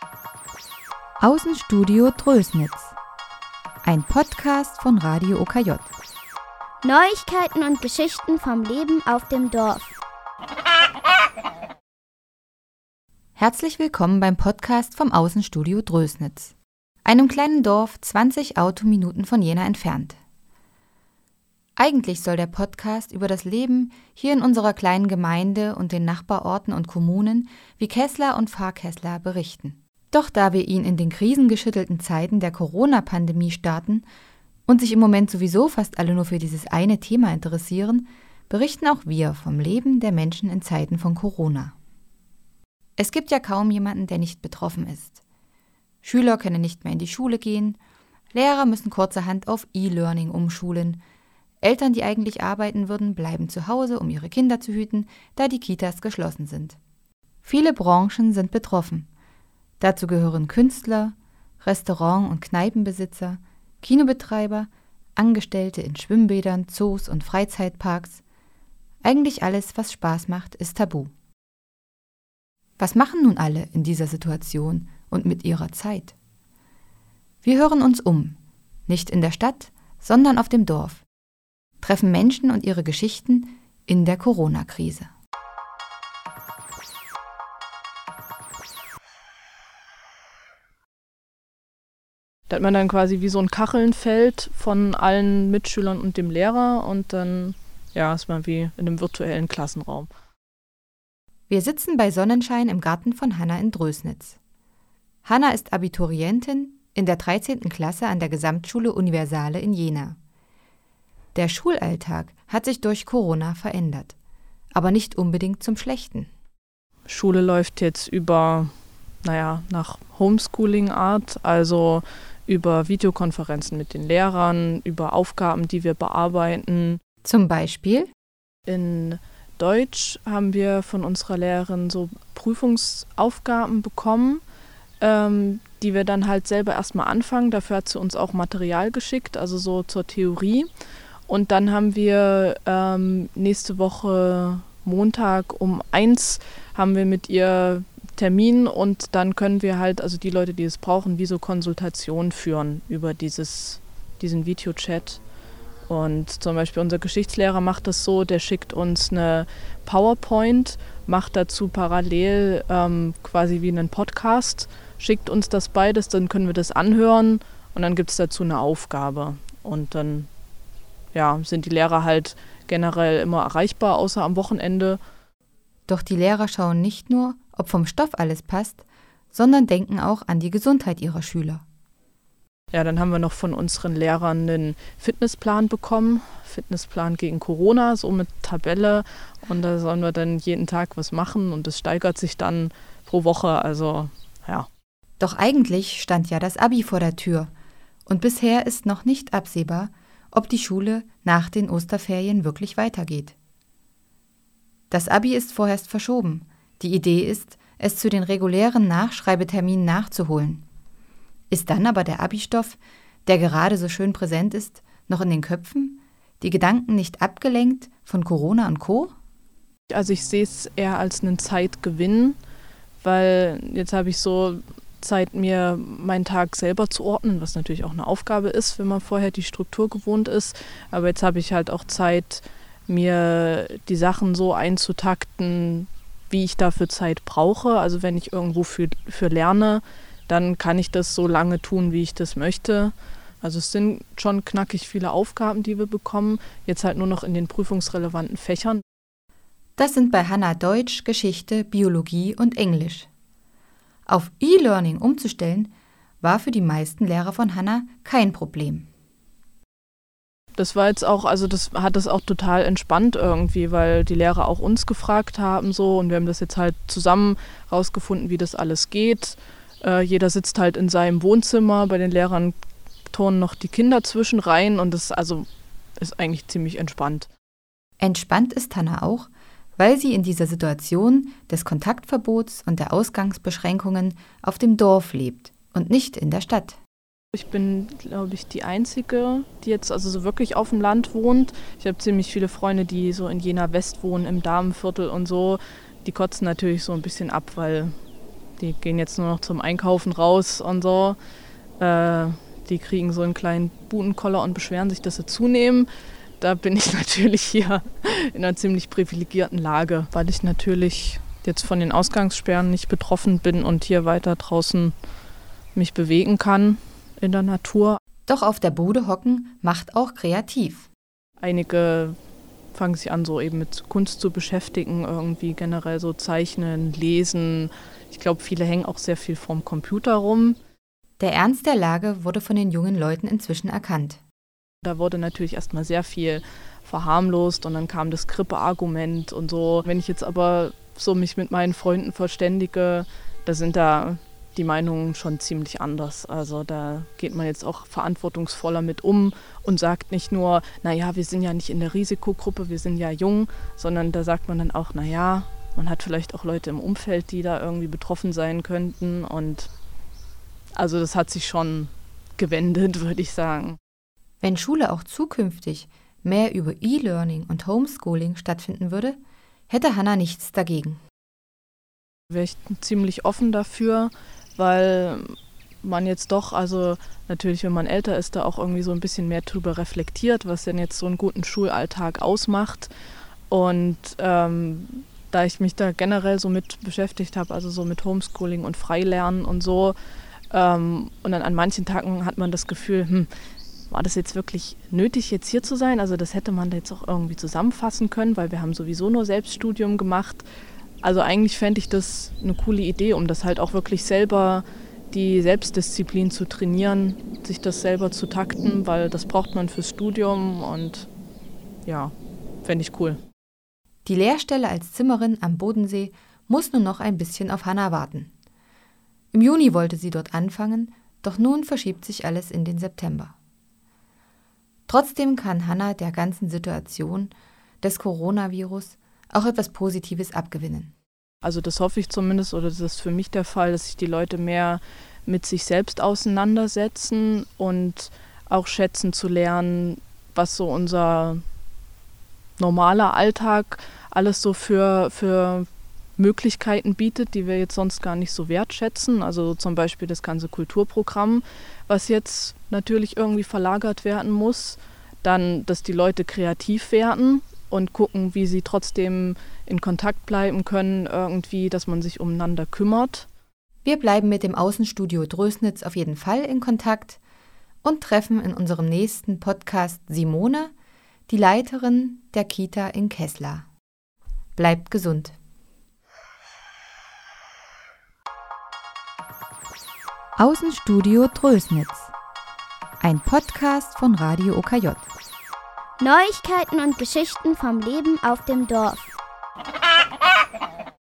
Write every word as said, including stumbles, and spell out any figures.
Außenstudio Drösnitz. Ein Podcast von Radio O K J. Neuigkeiten und Geschichten vom Leben auf dem Dorf. Herzlich willkommen beim Podcast vom Außenstudio Drösnitz, einem kleinen Dorf zwanzig Autominuten von Jena entfernt. Eigentlich soll der Podcast über das Leben hier in unserer kleinen Gemeinde und den Nachbarorten und Kommunen wie Keßler und Pfarrkeßler berichten. Doch da wir ihn in den krisengeschüttelten Zeiten der Corona-Pandemie starten und sich im Moment sowieso fast alle nur für dieses eine Thema interessieren, berichten auch wir vom Leben der Menschen in Zeiten von Corona. Es gibt ja kaum jemanden, der nicht betroffen ist. Schüler können nicht mehr in die Schule gehen, Lehrer müssen kurzerhand auf E-Learning umschulen, Eltern, die eigentlich arbeiten würden, bleiben zu Hause, um ihre Kinder zu hüten, da die Kitas geschlossen sind. Viele Branchen sind betroffen. Dazu gehören Künstler, Restaurant- und Kneipenbesitzer, Kinobetreiber, Angestellte in Schwimmbädern, Zoos und Freizeitparks. Eigentlich alles, was Spaß macht, ist tabu. Was machen nun alle in dieser Situation und mit ihrer Zeit? Wir hören uns um, nicht in der Stadt, sondern auf dem Dorf, treffen Menschen und ihre Geschichten in der Corona-Krise. Da hat man dann quasi wie so ein Kachelnfeld von allen Mitschülern und dem Lehrer und dann ja, ist man wie in einem virtuellen Klassenraum. Wir sitzen bei Sonnenschein im Garten von Hanna in Drösnitz. Hanna ist Abiturientin in der dreizehnten Klasse an der Gesamtschule Universale in Jena. Der Schulalltag hat sich durch Corona verändert, aber nicht unbedingt zum Schlechten. Schule läuft jetzt über, naja, nach Homeschooling-Art, also über Videokonferenzen mit den Lehrern, über Aufgaben, die wir bearbeiten. Zum Beispiel? In Deutsch haben wir von unserer Lehrerin so Prüfungsaufgaben bekommen, ähm, die wir dann halt selber erstmal anfangen. Dafür hat sie uns auch Material geschickt, also so zur Theorie. Und dann haben wir ähm, nächste Woche Montag um eins haben wir mit ihr Termin und dann können wir halt, also die Leute, die es brauchen, wie so Konsultationen führen über dieses, diesen Videochat. Und zum Beispiel unser Geschichtslehrer macht das so, der schickt uns eine PowerPoint, macht dazu parallel ähm, quasi wie einen Podcast, schickt uns das beides, dann können wir das anhören und dann gibt es dazu eine Aufgabe. Und dann ja, sind die Lehrer halt generell immer erreichbar, außer am Wochenende. Doch die Lehrer schauen nicht nur, ob vom Stoff alles passt, sondern denken auch an die Gesundheit ihrer Schüler. Ja, dann haben wir noch von unseren Lehrern einen Fitnessplan bekommen, Fitnessplan gegen Corona, so mit Tabelle. Und da sollen wir dann jeden Tag was machen und das steigert sich dann pro Woche, also ja. Doch eigentlich stand ja das Abi vor der Tür und bisher ist noch nicht absehbar, ob die Schule nach den Osterferien wirklich weitergeht. Das Abi ist vorerst verschoben. Die Idee ist, es zu den regulären Nachschreibeterminen nachzuholen. Ist dann aber der Abi-Stoff, der gerade so schön präsent ist, noch in den Köpfen? Die Gedanken nicht abgelenkt von Corona und Co.? Also ich sehe es eher als einen Zeitgewinn, weil jetzt habe ich so Zeit, mir meinen Tag selber zu ordnen, was natürlich auch eine Aufgabe ist, wenn man vorher die Struktur gewohnt ist. Aber jetzt habe ich halt auch Zeit, mir die Sachen so einzutakten, wie ich dafür Zeit brauche. Also wenn ich irgendwo für, für lerne, dann kann ich das so lange tun, wie ich das möchte. Also es sind schon knackig viele Aufgaben, die wir bekommen, jetzt halt nur noch in den prüfungsrelevanten Fächern. Das sind bei Hanna Deutsch, Geschichte, Biologie und Englisch. Auf E-Learning umzustellen, war für die meisten Lehrer von Hanna kein Problem. Das war jetzt auch, also das hat das auch total entspannt irgendwie, weil die Lehrer auch uns gefragt haben so und wir haben das jetzt halt zusammen rausgefunden, wie das alles geht. Äh, jeder sitzt halt in seinem Wohnzimmer, bei den Lehrern turnen noch die Kinder zwischen rein und das also ist eigentlich ziemlich entspannt. Entspannt ist Hanna auch, weil sie in dieser Situation des Kontaktverbots und der Ausgangsbeschränkungen auf dem Dorf lebt und nicht in der Stadt. Ich bin, glaube ich, die Einzige, die jetzt also so wirklich auf dem Land wohnt. Ich habe ziemlich viele Freunde, die so in Jena West wohnen, im Damenviertel und so. Die kotzen natürlich so ein bisschen ab, weil Die gehen jetzt nur noch zum Einkaufen raus und so. Äh, die kriegen so einen kleinen Butenkoller und beschweren sich, dass sie zunehmen. Da bin ich natürlich hier in einer ziemlich privilegierten Lage, weil ich natürlich jetzt von den Ausgangssperren nicht betroffen bin und hier weiter draußen mich bewegen kann in der Natur. Doch auf der Bude hocken macht auch kreativ. Einige fangen sich an, so eben mit Kunst zu beschäftigen, irgendwie generell so zeichnen, lesen. Ich glaube, viele hängen auch sehr viel vorm Computer rum. Der Ernst der Lage wurde von den jungen Leuten inzwischen erkannt. Da wurde natürlich erstmal sehr viel verharmlost und dann kam das Grippe-Argument und so. Wenn ich jetzt aber so mich mit meinen Freunden verständige, da sind da die Meinungen schon ziemlich anders. Also da geht man jetzt auch verantwortungsvoller mit um und sagt nicht nur, naja, wir sind ja nicht in der Risikogruppe, wir sind ja jung, sondern da sagt man dann auch, naja, man hat vielleicht auch Leute im Umfeld, die da irgendwie betroffen sein könnten. Und also das hat sich schon gewendet, würde ich sagen. Wenn Schule auch zukünftig mehr über E-Learning und Homeschooling stattfinden würde, hätte Hannah nichts dagegen. Wäre ich ziemlich offen dafür, weil man jetzt doch, also natürlich, wenn man älter ist, da auch irgendwie so ein bisschen mehr drüber reflektiert, was denn jetzt so einen guten Schulalltag ausmacht. Und ähm, da ich mich da generell so mit beschäftigt habe, also so mit Homeschooling und Freilernen und so, ähm, und dann an manchen Tagen hat man das Gefühl, hm, war das jetzt wirklich nötig, jetzt hier zu sein? Also das hätte man jetzt auch irgendwie zusammenfassen können, weil wir haben sowieso nur Selbststudium gemacht. Also eigentlich fände ich das eine coole Idee, um das halt auch wirklich selber, die Selbstdisziplin zu trainieren, sich das selber zu takten, weil das braucht man fürs Studium und ja, fände ich cool. Die Lehrstelle als Zimmerin am Bodensee muss nur noch ein bisschen auf Hannah warten. Im Juni wollte sie dort anfangen, doch nun verschiebt sich alles in den September. Trotzdem kann Hannah der ganzen Situation des Coronavirus auch etwas Positives abgewinnen. Also das hoffe ich zumindest, oder das ist für mich der Fall, dass sich die Leute mehr mit sich selbst auseinandersetzen und auch schätzen zu lernen, was so unser normaler Alltag alles so für, für Möglichkeiten bietet, die wir jetzt sonst gar nicht so wertschätzen. Also zum Beispiel das ganze Kulturprogramm, was jetzt natürlich irgendwie verlagert werden muss. Dann, dass die Leute kreativ werden und gucken, wie sie trotzdem in Kontakt bleiben können, irgendwie, dass man sich umeinander kümmert. Wir bleiben mit dem Außenstudio Drößnitz auf jeden Fall in Kontakt und treffen in unserem nächsten Podcast Simone, die Leiterin der Kita in Keßler. Bleibt gesund. Außenstudio Drößnitz. Ein Podcast von Radio O K J. Neuigkeiten und Geschichten vom Leben auf dem Dorf.